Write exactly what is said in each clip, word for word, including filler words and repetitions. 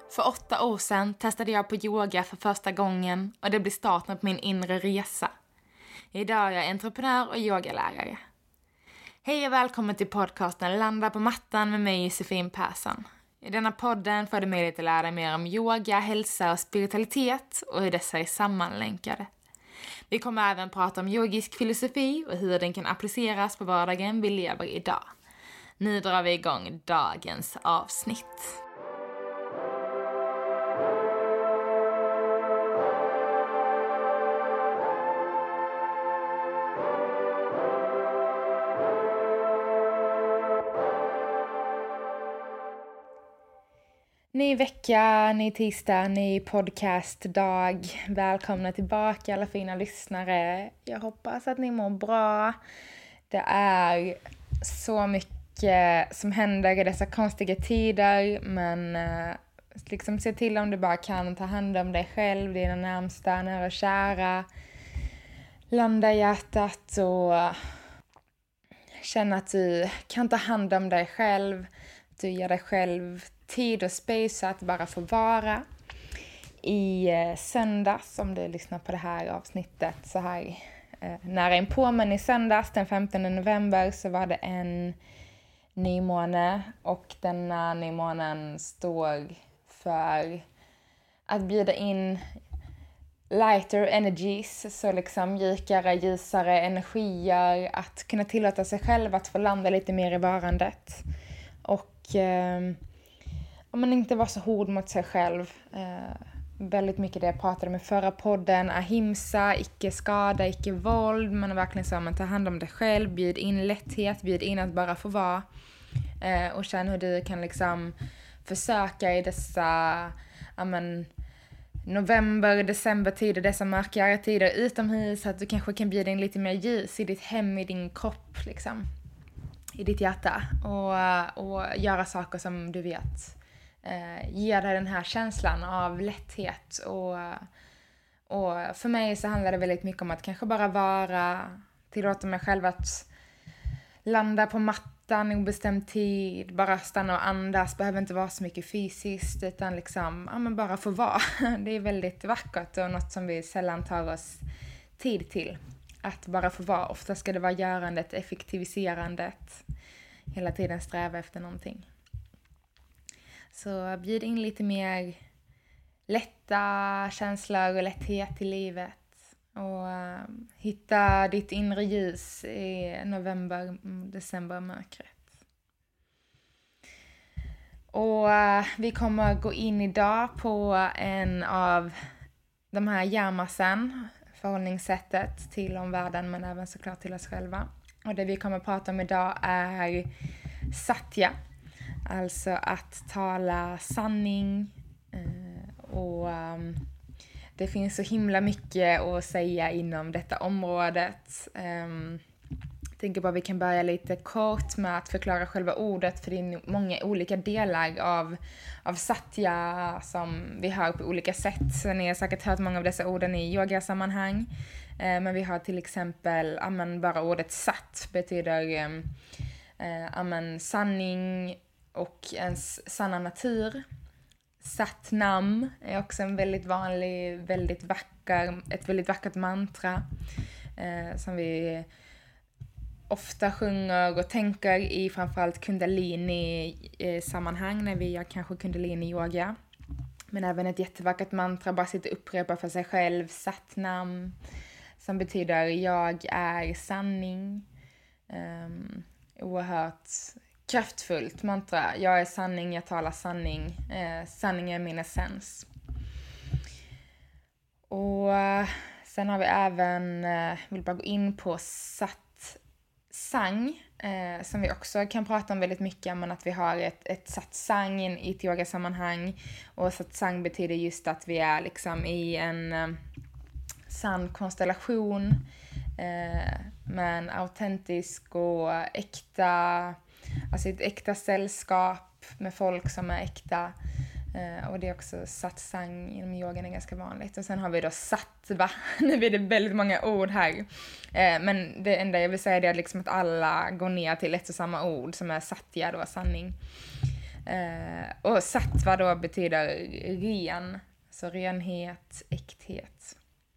För åtta år sedan testade jag på yoga för första gången och det blev starten på min inre resa. Idag är jag entreprenör och yogalärare. Hej och välkommen till podcasten Landa på mattan med mig Josefin Persson. I denna podden får du möjlighet att lära dig mer om yoga, hälsa och spiritualitet och hur dessa är sammanlänkade. Vi kommer även prata om yogisk filosofi och hur den kan appliceras på vardagen vi lever idag. Nu drar vi igång dagens avsnitt. Ny vecka, ny tisdag, ny podcastdag. Välkomna tillbaka alla fina lyssnare. Jag hoppas att ni mår bra. Det är så mycket som händer i dessa konstiga tider. Men eh, liksom se till om du bara kan ta hand om dig själv, dina närmsta, nära och kära. Landa i hjärtat och känna att du kan ta hand om dig själv. Du ger dig själv tid och space att bara få vara. I eh, söndags, om du lyssnar på det här avsnittet så här eh, nära inpå, men i söndags den femtonde november så var det en nymåne och denna nymånen står för att bjuda in lighter energies, så liksom mjukare, ljusare energier, att kunna tillåta sig själv att få landa lite mer i varandet och eh, om man inte var så hård mot sig själv. Eh, väldigt mycket det jag pratade om i förra podden. Ahimsa, icke skada, icke våld. Man är verkligen så att man tar hand om dig själv. Bjud in lätthet, bjud in att bara få vara. Eh, och känn hur du kan liksom försöka i dessa amen, november, december tider, dessa mörkare tider utomhus. Att du kanske kan bjuda in lite mer ljus i ditt hem, i din kropp liksom. I ditt hjärta. Och, och göra saker som du vet Eh, ger dig den här känslan av lätthet och, och för mig så handlar det väldigt mycket om att kanske bara vara, tillåta mig själv att landa på mattan i obestämd tid, bara stanna och andas, behöver inte vara så mycket fysiskt utan liksom, ja men bara få vara. Det är väldigt vackert och något som vi sällan tar oss tid till, att bara få vara. Ofta ska det vara görandet, effektiviserandet, hela tiden sträva efter någonting. Så bjud in lite mer lätta känslor och lätthet i livet. Och uh, hitta ditt inre ljus i november, december mörkret. Och uh, vi kommer gå in idag på en av de här yamasen, förhållningssättet till omvärlden men även såklart till oss själva. Och det vi kommer att prata om idag är satya. Alltså att tala sanning eh, och um, det finns så himla mycket att säga inom detta området. Um, jag tänker bara vi kan börja lite kort med att förklara själva ordet, för det är många olika delar av, av satya som vi hör på olika sätt. Så ni har säkert hört många av dessa orden i yogasammanhang. Eh, men vi har till exempel, amen, bara ordet sat betyder eh, amen, sanning och ens sanna natur. Satnam är också en väldigt vanlig, väldigt vacker, ett väldigt vackert mantra eh, som vi ofta sjunger och tänker i framförallt kundalini-sammanhang när vi gör kanske kundalini-yoga. Men även ett jättevackert mantra, bara sitta och upprepa för sig själv, satnam, som betyder jag är sanning. Um, oerhört kraftfullt mantra. Jag är sanning, jag talar sanning. Eh, sanning är min essens. Och eh, sen har vi även, eh, vill bara gå in på satsang. Eh, som vi också kan prata om väldigt mycket. Men att vi har ett, ett satsang i ett yogasammanhang. Och satsang betyder just att vi är liksom i en eh, sann konstellation. Eh, med en autentisk och äkta, alltså ett äkta sällskap med folk som är äkta. Eh, och det är också satsang inom yogan är ganska vanligt. Och sen har vi då sattva. Nu blir det väldigt många ord här. Eh, men det enda jag vill säga är liksom att alla går ner till ett och samma ord som är satya då, sanning. Eh, och sattva då betyder ren, så renhet, äkthet.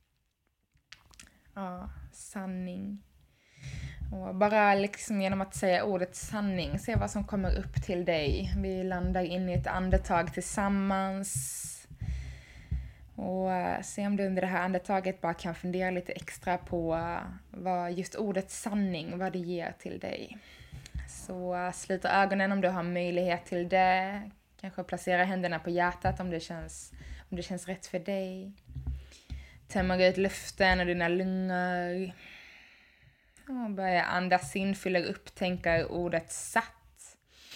Ja, sanning. Och bara liksom genom att säga ordet sanning, se vad som kommer upp till dig. Vi landar in i ett andetag tillsammans. Och se om du under det här andetaget bara kan fundera lite extra på vad just ordet sanning, vad det ger till dig. Så slut ögonen om du har möjlighet till det. Kanske placera händerna på hjärtat om det känns, om det känns rätt för dig. Tömma ut luften och dina lungor. Och börja andas in, fylla upp, tänka ordet satt.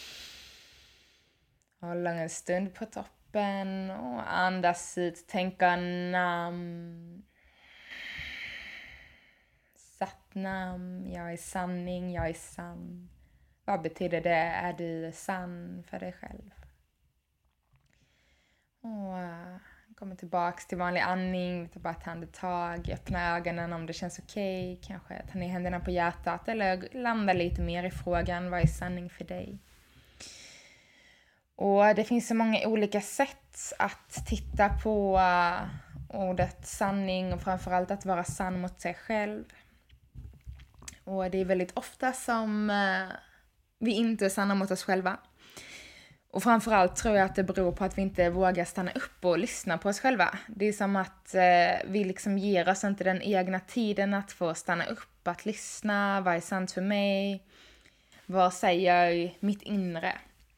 Hålla en stund på toppen och andas ut, tänka namn. Satt namn, jag är sanning, jag är sann. Vad betyder det? Är du sann för dig själv? Och uh, kommer tillbaks till vanlig andning, ta bara ett andetag, öppna ögonen om det känns okej, okay. Kanske ta ner händerna på hjärtat eller landa lite mer i frågan, vad är sanning för dig? Och det finns så många olika sätt att titta på uh, ordet sanning och framförallt att vara sann mot sig själv. Och det är väldigt ofta som uh, vi inte är sanna mot oss själva. Och framförallt tror jag att det beror på att vi inte vågar stanna upp och lyssna på oss själva. Det är som att eh, vi liksom ger oss inte den egna tiden att få stanna upp, att lyssna, vad är sant för mig, vad säger mitt inre.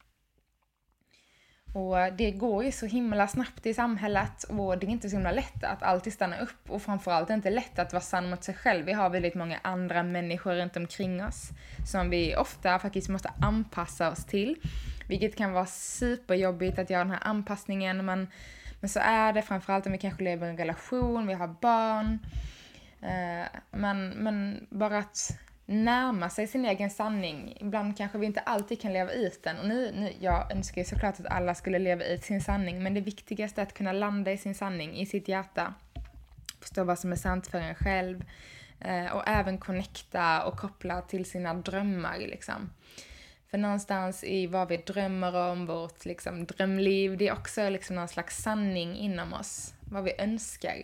Och det går ju så himla snabbt i samhället och det är inte så himla lätt att alltid stanna upp och framförallt inte lätt att vara sann mot sig själv. Vi har väldigt många andra människor runt omkring oss som vi ofta faktiskt måste anpassa oss till. Vilket kan vara superjobbigt att göra den här anpassningen, men, men så är det framförallt om vi kanske lever i en relation, vi har barn. Eh, men, men bara att närma sig sin egen sanning. Ibland kanske vi inte alltid kan leva ut den. Och nu, nu, jag önskar ju såklart att alla skulle leva ut sin sanning, men det viktigaste är att kunna landa i sin sanning, i sitt hjärta. Förstå vad som är sant för en själv. Eh, och även connecta och koppla till sina drömmar liksom. För någonstans i vad vi drömmer om, vårt liksom, drömliv, det är också liksom någon slags sanning inom oss. Vad vi önskar.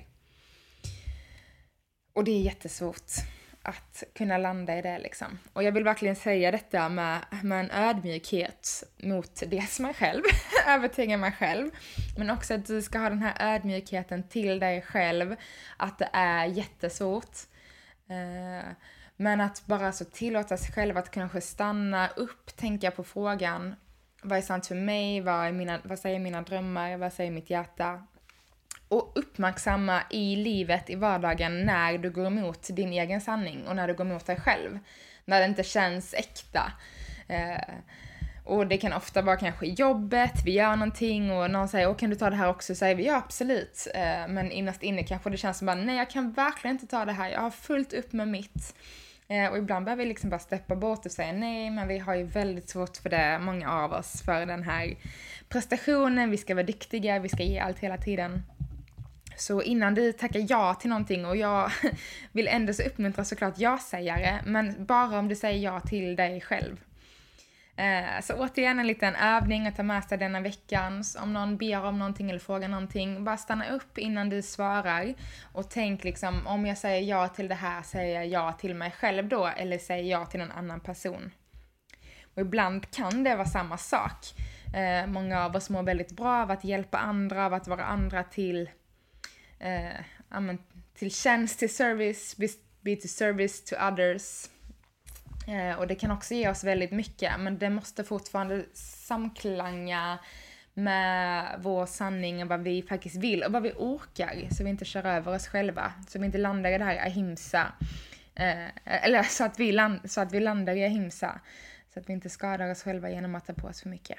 Och det är jättesvårt att kunna landa i det liksom. Och jag vill verkligen säga detta med, med en ödmjukhet mot det som jag själv, övertyga mig själv. Men också att du ska ha den här ödmjukheten till dig själv. Att det är jättesvårt. Eh, Men att bara så tillåta sig själv att kanske stanna upp, tänka på frågan. Vad är sant för mig? Vad, är mina, vad säger mina drömmar? Vad säger mitt hjärta? Och uppmärksamma i livet, i vardagen, när du går emot din egen sanning. Och när du går emot dig själv. När det inte känns äkta. Eh, och det kan ofta vara kanske jobbet, vi gör någonting och någon säger, åh kan du ta det här också? Så säger vi, ja absolut. Eh, men innerst inne kanske det känns som bara, nej jag kan verkligen inte ta det här. Jag har fullt upp med mitt. Eh, och ibland behöver vi liksom bara steppa bort och säga nej, men vi har ju väldigt svårt för det, många av oss, för den här prestationen. Vi ska vara duktiga, vi ska ge allt hela tiden. Så innan du tackar ja till någonting, och jag vill ändå så uppmuntra såklart ja-sägare, men bara om du säger ja till dig själv. Eh, så återigen en liten övning att ta med sig denna veckan. Så om någon ber om någonting eller frågar någonting, bara stanna upp innan du svarar och tänk liksom, om jag säger ja till det här, säger jag ja till mig själv då, eller säger ja till någon annan person. Och ibland kan det vara samma sak. Eh, många av oss mår väldigt bra av att hjälpa andra, av att vara andra till eh, amen, till tjänst, till service, be, be to service to others. Eh, och det kan också ge oss väldigt mycket, men det måste fortfarande samklanga med vår sanning och vad vi faktiskt vill och vad vi orkar, så vi inte kör över oss själva, så vi inte landar i det här ahimsa, eh, eller så att, vi land, så att vi landar i ahimsa, så att vi inte skadar oss själva genom att ta på oss för mycket.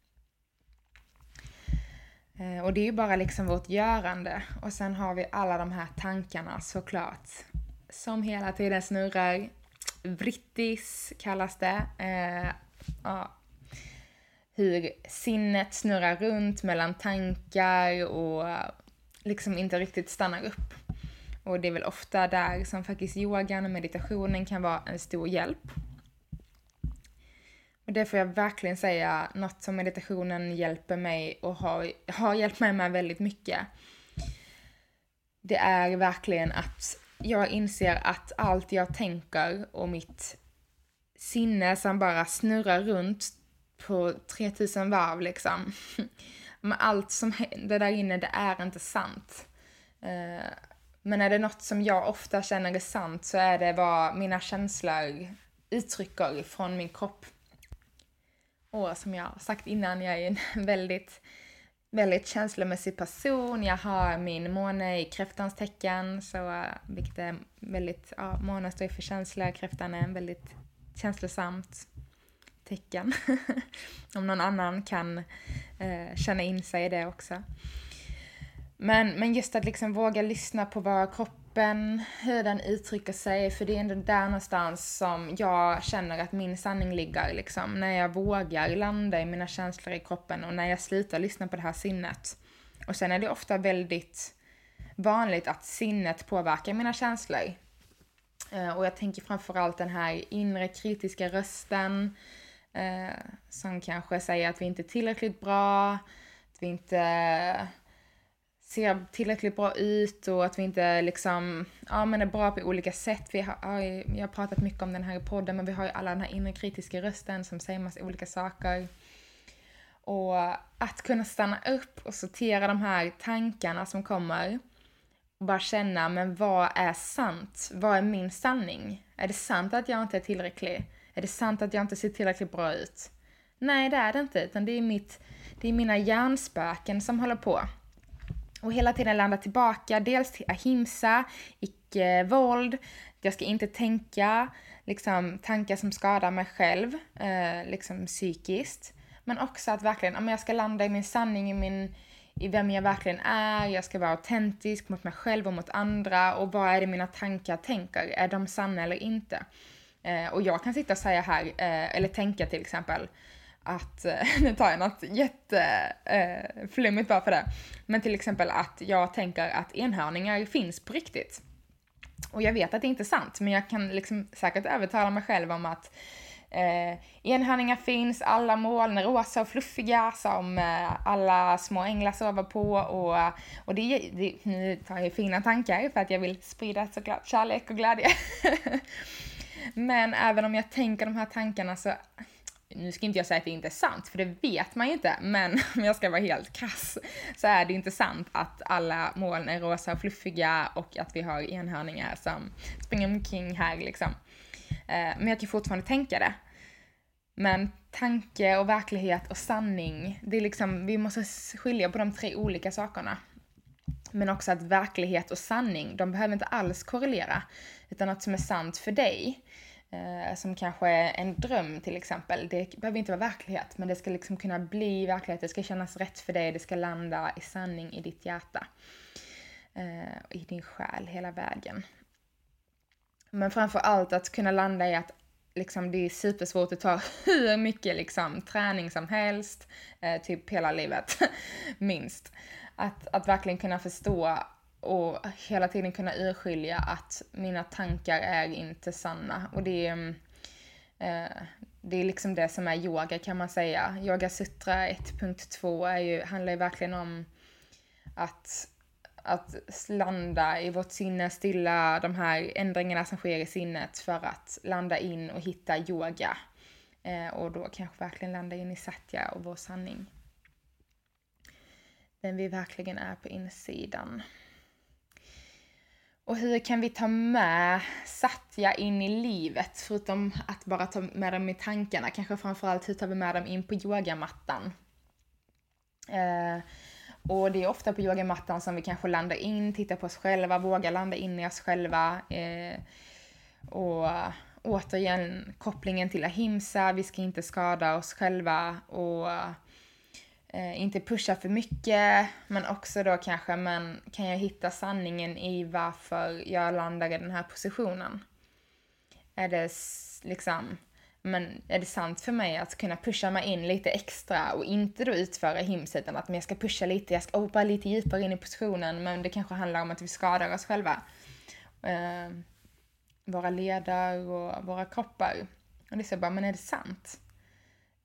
Eh, och det är ju bara liksom vårt görande, och sen har vi alla de här tankarna såklart, som hela tiden snurrar. Vrittis kallas det. Eh, ja. Hur sinnet snurrar runt mellan tankar och liksom inte riktigt stannar upp. Och det är väl ofta där som faktiskt yogan och meditationen kan vara en stor hjälp. Och det får jag verkligen säga, något som meditationen hjälper mig och har, har hjälpt mig med väldigt mycket. Det är verkligen att jag inser att allt jag tänker och mitt sinne som bara snurrar runt på tre tusen varv liksom. Men allt som händer där inne, det är inte sant. Men är det något som jag ofta känner är sant så är det vad mina känslor uttrycker från min kropp. Och som jag sagt innan, jag är en väldigt, väldigt känslomässig person. Jag har min måne i kräftans tecken, så, vilket är väldigt, ja, månen står för känsla, kräftan är en väldigt känslosamt tecken. Om någon annan kan eh, känna in sig i det också. Men, men just att liksom våga lyssna på vad kroppen, hur den uttrycker sig. För det är ändå där någonstans som jag känner att min sanning ligger. Liksom, när jag vågar landa i mina känslor i kroppen och när jag slutar lyssna på det här sinnet. Och sen är det ofta väldigt vanligt att sinnet påverkar mina känslor. Eh, och jag tänker framförallt den här inre kritiska rösten. Eh, som kanske säger att vi inte är tillräckligt bra. Att vi inte ser tillräckligt bra ut och att vi inte liksom, ja, men är bra på olika sätt. Vi har, ja, jag har pratat mycket om den här i podden, men vi har ju alla den här inre kritiska rösten som säger massa olika saker. Och att kunna stanna upp och sortera de här tankarna som kommer och bara känna, men vad är sant? Vad är min sanning? Är det sant att jag inte är tillräcklig? Är det sant att jag inte ser tillräckligt bra ut? Nej, det är det inte, utan det är, mitt, det är mina hjärnspöken som håller på. Och hela tiden landa tillbaka, dels till ahimsa, icke-våld. Jag ska inte tänka liksom, tankar som skadar mig själv, eh, liksom psykiskt. Men också att verkligen, ja, men jag ska landa i min sanning, i, min, i vem jag verkligen är. Jag ska vara autentisk mot mig själv och mot andra. Och vad är det mina tankar tänker? Är de sanna eller inte? Eh, och jag kan sitta och säga här, eh, eller tänka till exempel, att, nu tar jag något jätteflummigt bara för det, men till exempel att jag tänker att enhörningar finns på riktigt. Och jag vet att det inte är sant, men jag kan liksom säkert övertala mig själv om att eh, enhörningar finns, alla moln är rosa och fluffiga som eh, alla små änglar sover på, och, och det, det, nu tar jag fina tankar för att jag vill sprida såklart kärlek och glädje. Men även om jag tänker de här tankarna så, nu ska inte jag säga att det inte är sant, för det vet man ju inte, men om jag ska vara helt krass så är det inte sant att alla moln är rosa och fluffiga och att vi har enhörningar som springer omkring här liksom. Men jag kan fortfarande tänka det. Men tanke och verklighet och sanning, det är liksom, vi måste skilja på de tre olika sakerna. Men också att verklighet och sanning, de behöver inte alls korrelera, utan något som är sant för dig, eh, som kanske är en dröm till exempel, det behöver inte vara verklighet, men det ska liksom kunna bli verklighet, det ska kännas rätt för dig, det ska landa i sanning i ditt hjärta, eh, i din själ hela vägen. Men framför allt att kunna landa i att liksom, det är supersvårt att ta hur mycket liksom, träning som helst, eh, typ hela livet, minst. Att, att verkligen kunna förstå och hela tiden kunna urskilja att mina tankar är inte sanna. Och det är, eh, det är liksom det som är yoga, kan man säga. Yoga Sutra ett punkt två är ju, handlar ju verkligen om att, att landa i vårt sinne, stilla de här ändringarna som sker i sinnet för att landa in och hitta yoga. Eh, och då kanske verkligen landa in i satya och vår sanning. Den vi verkligen är på insidan. Och hur kan vi ta med satya in i livet, förutom att bara ta med dem i tankarna? Kanske framförallt hur tar vi med dem in på yogamattan? Eh, och det är ofta på yogamattan som vi kanske landar in, tittar på oss själva, vågar landa in i oss själva. Eh, och återigen kopplingen till ahimsa, vi ska inte skada oss själva och Eh, inte pusha för mycket, men också då kanske, men kan jag hitta sanningen i varför jag landar i den här positionen? Är det liksom, men är det sant för mig att kunna pusha mig in lite extra och inte då utföra ahimsa, utan att jag ska pusha lite, jag ska hoppa lite djupare in i positionen, men det kanske handlar om att vi skadar oss själva. Eh, våra leder och våra kroppar. Och det är så bara, men är det sant?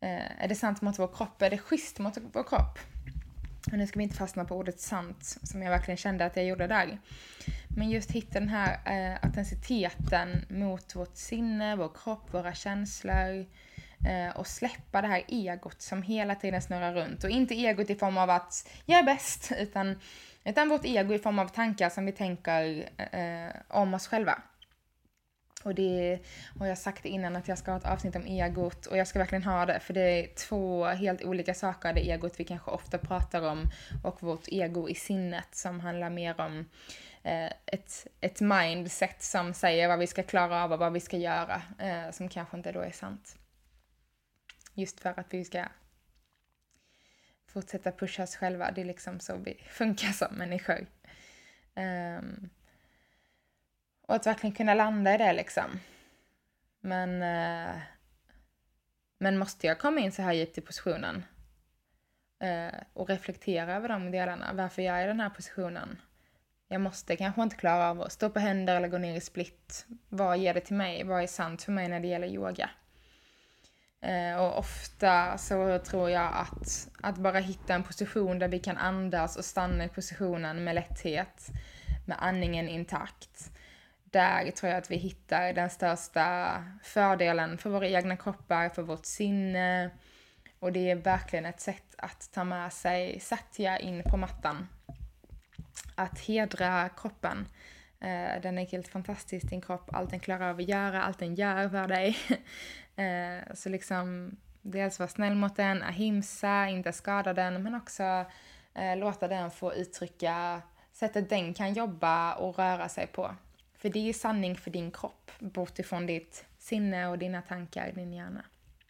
Eh, är det sant mot vår kropp? Är det schysst mot vår kropp? Och nu ska vi inte fastna på ordet sant, som jag verkligen kände att jag gjorde där. Men just hitta den här eh, autenticiteten mot vårt sinne, vår kropp, våra känslor. Eh, och släppa det här egot som hela tiden snurrar runt. Och inte egot i form av att jag är bäst, utan, utan vårt ego i form av tankar som vi tänker eh, om oss själva. Och det har jag sagt innan att jag ska ha ett avsnitt om egot, och jag ska verkligen ha det, för det är två helt olika saker. Det egot vi kanske ofta pratar om och vårt ego i sinnet som handlar mer om eh, ett, ett mindset som säger vad vi ska klara av och vad vi ska göra, eh, som kanske inte då är sant. Just för att vi ska fortsätta pusha oss själva. Det är liksom så vi funkar som människor. Um, och att verkligen kunna landa i det liksom. Men, uh, men måste jag komma in så här djupt i positionen? Uh, och reflektera över de delarna. Varför jag är i den här positionen? Jag måste kanske inte klara av att stå på händer eller gå ner i split. Vad ger det till mig? Vad är sant för mig när det gäller yoga? Och ofta så tror jag att, att bara hitta en position där vi kan andas och stanna i positionen med lätthet, med andningen intakt. Där tror jag att vi hittar den största fördelen för våra egna kroppar, för vårt sinne. Och det är verkligen ett sätt att ta med sig satya in på mattan. Att hedra kroppen. Den är helt fantastisk, din kropp. Allt den klarar av att göra, allt den gör för dig. Så liksom dels vara snäll mot den, ahimsa, inte skada den, men också eh, låta den få uttrycka sättet den kan jobba och röra sig på. För det är sanning för din kropp, bort ifrån ditt sinne och dina tankar, din hjärna.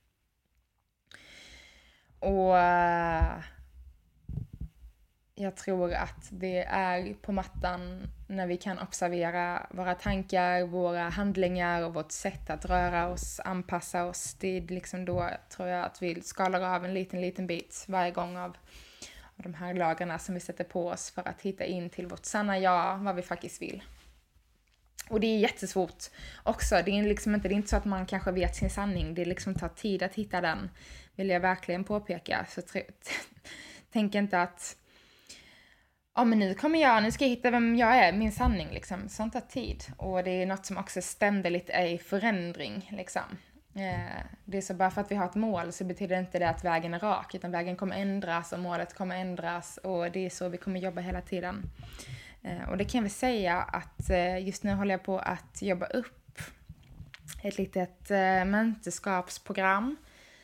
Och eh, jag tror att det är på mattan när vi kan observera våra tankar, våra handlingar och vårt sätt att röra oss, anpassa oss. Det är liksom då tror jag att vi skalar av en liten, liten bit varje gång av, av de här lagarna som vi sätter på oss för att hitta in till vårt sanna jag, vad vi faktiskt vill. Och det är jättesvårt också. Det är liksom inte, det är inte så att man kanske vet sin sanning. Det liksom tar tid att hitta den, vill jag verkligen påpeka. Så t- t- tänk inte att ja, men nu kommer jag, nu ska jag hitta vem jag är, min sanning liksom. Sånt tar tid. Och det är något som också ständigt är i förändring liksom. Eh, det är så bara för att vi har ett mål så betyder inte det att vägen är rak, utan vägen kommer ändras och målet kommer ändras, och det är så vi kommer jobba hela tiden. Eh, och det kan vi säga att eh, just nu håller jag på att jobba upp ett litet eh, mentorskapsprogram.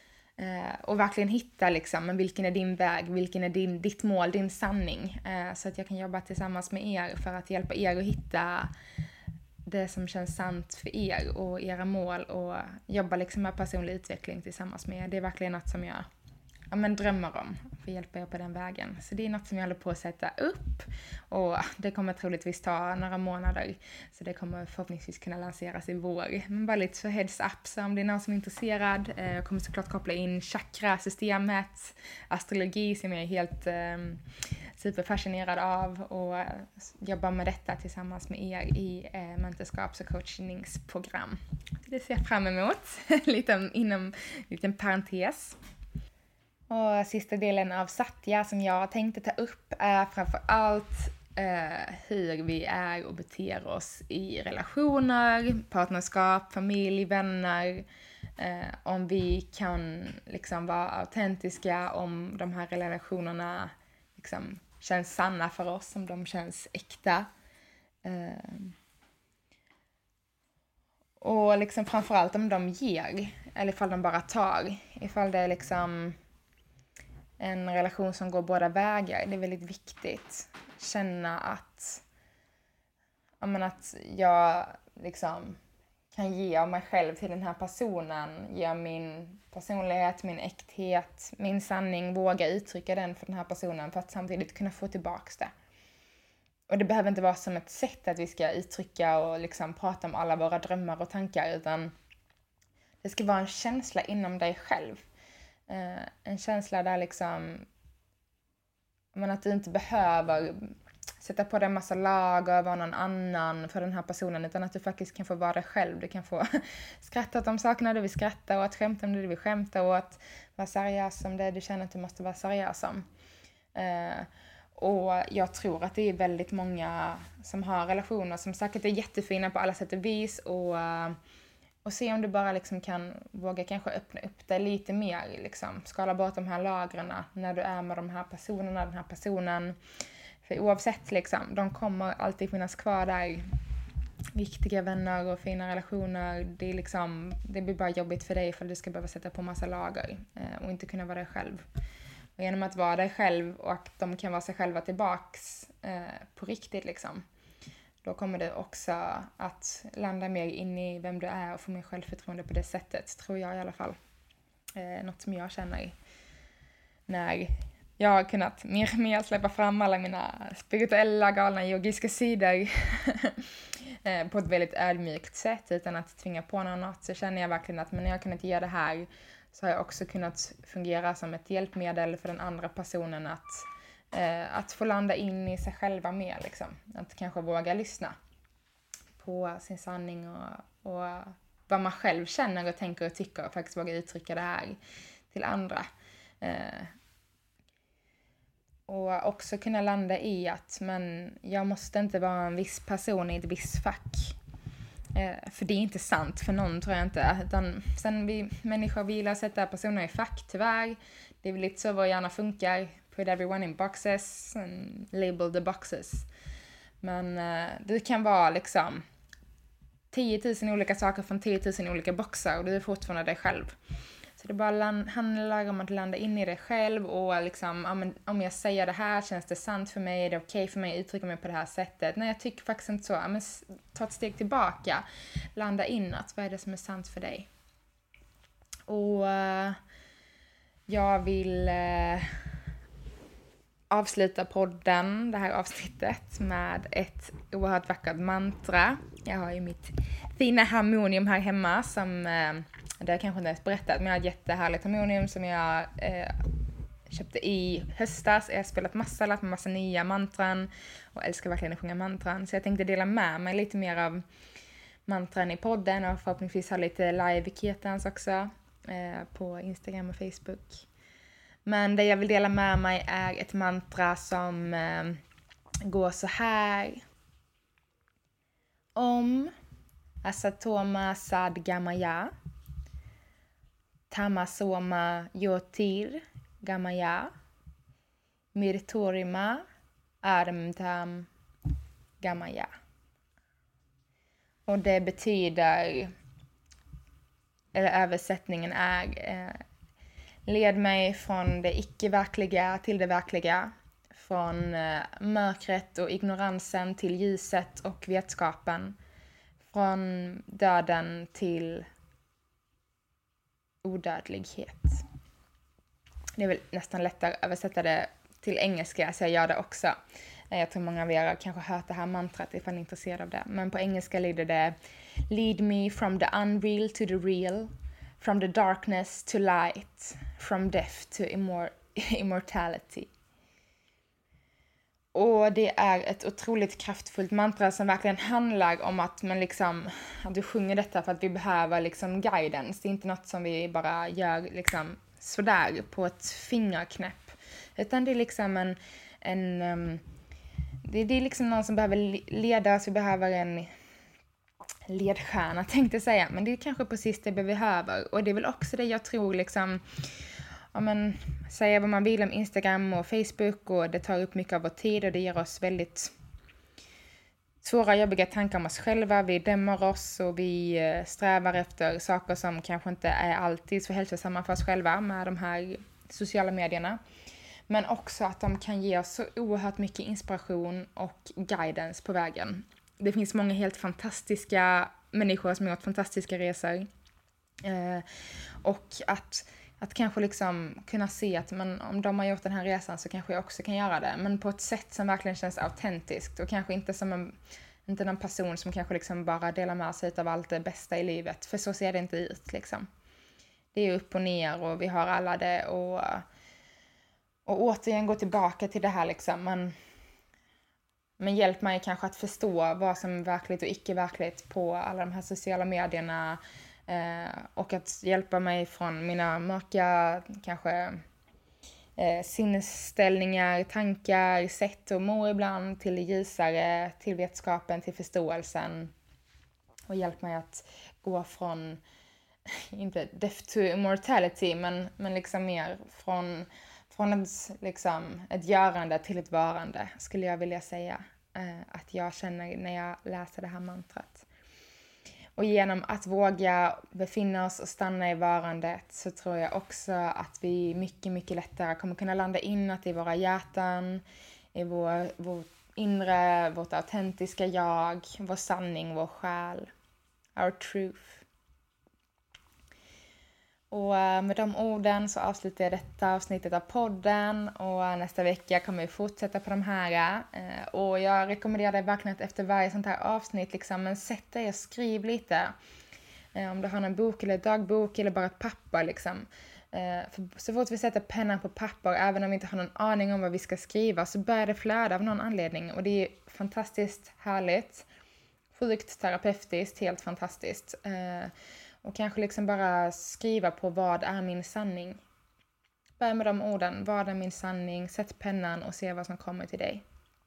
Uh, och verkligen hitta liksom, men vilken är din väg, vilken är din, ditt mål, din sanning. Uh, så att jag kan jobba tillsammans med er för att hjälpa er att hitta det som känns sant för er och era mål, och jobba liksom med personlig utveckling tillsammans med er. Det är verkligen något som jag ja, men drömmer om, för att hjälpa er på den vägen. Så det är något som jag håller på att sätta upp, och det kommer troligtvis ta några månader, så det kommer förhoppningsvis kunna lanseras i vår. Men bara lite så heads up, så om det är någon som är intresserad, eh, jag kommer såklart koppla in chakrasystemet, astrologi som jag är helt eh, superfascinerad av, och jobba med detta tillsammans med er i eh, mentorskaps- och coachningsprogram. Det ser jag fram emot, lite inom en liten parentes. Och sista delen av Satya som jag tänkte ta upp är framför allt eh, hur vi är och beter oss i relationer, partnerskap, familj, vänner. Eh, om vi kan liksom vara autentiska, om de här relationerna liksom känns sanna för oss, om de känns äkta. Eh, och liksom framförallt om de ger, eller ifall de bara tar. Ifall det är liksom en relation som går båda vägar. Det är väldigt viktigt. Känna att, jag menar, att jag liksom kan ge av mig själv till den här personen. Ge min personlighet, min äkthet, min sanning. Våga uttrycka den för den här personen för att samtidigt kunna få tillbaka det. Och det behöver inte vara som ett sätt att vi ska uttrycka och liksom prata om alla våra drömmar och tankar. Utan det ska vara en känsla inom dig själv. Uh, en känsla där liksom, men att du inte behöver sätta på dig en massa lager, vara någon annan för den här personen, utan att du faktiskt kan få vara dig själv. Du kan få skratta åt de sakerna du vill skratta åt, skämta om det du vill skämta åt, vara seriös om det du känner att du måste vara seriös om. Uh, och jag tror att det är väldigt många som har relationer som säkert är jättefina på alla sätt och vis, och, uh, och se om du bara liksom kan våga kanske öppna upp det lite mer, liksom. Skala bort de här lagren när du är med de här personerna, den här personen. För oavsett, liksom, de kommer alltid finnas kvar där. Viktiga vänner och fina relationer. Det, är liksom, det blir bara jobbigt för dig för att du ska behöva sätta på massa lager eh, och inte kunna vara dig själv. Och genom att vara dig själv och att de kan vara sig själva tillbaks eh, på riktigt, liksom, då kommer det också att landa mer in i vem du är och få mer självförtroende på det sättet, tror jag i alla fall. Eh, något som jag känner när jag har kunnat mer och mer släppa fram alla mina spirituella, galna, yogiska sidor på ett väldigt ödmjukt sätt utan att tvinga på något, så känner jag verkligen att men när jag har kunnat göra det här så har jag också kunnat fungera som ett hjälpmedel för den andra personen att, eh, att få landa in i sig själva mer, liksom. Att kanske våga lyssna på sin sanning och, och vad man själv känner och tänker och tycker och faktiskt våga uttrycka det här till andra. Eh, Och också kunna landa i att men jag måste inte vara en viss person i ett visst fack. Eh, för det är inte sant för någon, tror jag inte. Utan sen vi människor vill sätta personer i fack, tyvärr. Det är väl lite så vår hjärna funkar. Put everyone in boxes and label the boxes. Men eh, det kan vara liksom tio tusen olika saker från tio tusen olika boxar och du är fortfarande dig själv. Så det bara land, handlar om att landa in i dig själv och liksom, ja, men om jag säger det här, känns det sant för mig, är det okej för mig att uttrycka mig på det här sättet? Nej, jag tycker faktiskt inte så. Ja, men ta ett steg tillbaka, landa inåt, vad är det som är sant för dig? Och uh, jag vill uh, avsluta podden, det här avsnittet, med ett oerhört vackert mantra. Jag har ju mitt fina harmonium här hemma som... Uh, Det har jag kanske inte ens berättat, men jag har ett jättehärligt harmonium som jag eh, köpte i höstas. Jag har spelat massa, lärt mig massa nya mantran och älskar verkligen att sjunga mantran. Så jag tänkte dela med mig lite mer av mantran i podden och förhoppningsvis ha lite live-kirtans också eh, på Instagram och Facebook. Men det jag vill dela med mig är ett mantra som eh, går så här. Om Asatoma Sadgamaya Tamasoma Yotir Gamaya Mirtorima Armtam Gamaya. Och det betyder, eller översättningen är, eh, led mig från det icke-verkliga till det verkliga, från eh, mörkret och ignoransen till ljuset och vetskapen, från döden till odödlighet. Det är väl nästan lättare att översätta det till engelska, så jag gör det också. Jag tror många av er har kanske hört det här mantrat ifall ni är intresserade av det. Men på engelska lyder det: Lead me from the unreal to the real, from the darkness to light, from death to immor- immortality. Och det är ett otroligt kraftfullt mantra som verkligen handlar om att, man liksom, att du sjunger detta för att vi behöver liksom guidance. Det är inte något som vi bara gör liksom sådär på ett fingerknäpp. Utan det är liksom en, en um, det, det är liksom någon som behöver leda oss. Vi behöver en ledstjärna, tänkte jag säga. Men det är kanske precis det vi behöver. Och det är väl också det jag tror liksom... Ja, men, säga vad man vill om Instagram och Facebook, och det tar upp mycket av vår tid och det ger oss väldigt svåra, jobbiga tankar om oss själva. Vi dömer oss och vi strävar efter saker som kanske inte är alltid så hälsosamma för oss själva med de här sociala medierna. Men också att de kan ge oss så oerhört mycket inspiration och guidance på vägen. Det finns många helt fantastiska människor som har gjort fantastiska resor. Eh, och att Att kanske liksom kunna se att men, om de har gjort den här resan så kanske jag också kan göra det. Men på ett sätt som verkligen känns autentiskt. Och kanske inte som en, inte någon person som kanske liksom bara delar med sig av allt det bästa i livet. För så ser det inte ut liksom. Det är upp och ner och vi har alla det. Och, och återigen gå tillbaka till det här liksom. Man, Men hjälp mig kanske att förstå vad som är verkligt och icke verkligt på alla de här sociala medierna. Eh, och att hjälpa mig från mina mörka kanske eh, sinnesställningar, tankar, sätt och må ibland till det ljusare, till vetskapen, till förståelsen. Och hjälp mig att gå från, inte death to immortality, men, men liksom mer från, från ett, liksom, ett görande till ett varande, skulle jag vilja säga. Eh, att jag känner när jag läser det här mantrat. Och genom att våga befinna oss och stanna i varandet så tror jag också att vi mycket, mycket lättare kommer kunna landa inåt i våra hjärtan, i vår, vår inre, vårt autentiska jag, vår sanning, vår själ, our truth. Och med de orden så avslutar jag detta avsnittet av podden och nästa vecka kommer vi fortsätta på de här. Och jag rekommenderar dig verkligen att efter varje sånt här avsnitt liksom, men sätt dig och skriv lite. Om du har en bok eller dagbok eller bara ett papper liksom. För så fort vi sätter pennan på papper, även om vi inte har någon aning om vad vi ska skriva, så börjar det flöda av någon anledning. Och det är fantastiskt härligt, sjukt terapeutiskt, helt fantastiskt. Och kanske liksom bara skriva på vad är min sanning. Börja med de orden. Vad är min sanning? Sätt pennan och se vad som kommer till dig.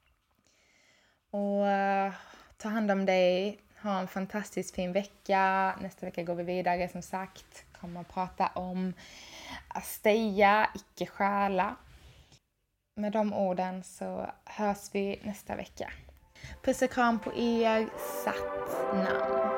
Och uh, ta hand om dig. Ha en fantastiskt fin vecka. Nästa vecka går vi vidare som sagt. Kommer att prata om asteia, icke stjäla. Med de orden så hörs vi nästa vecka. Puss och kram på er. Satt namn.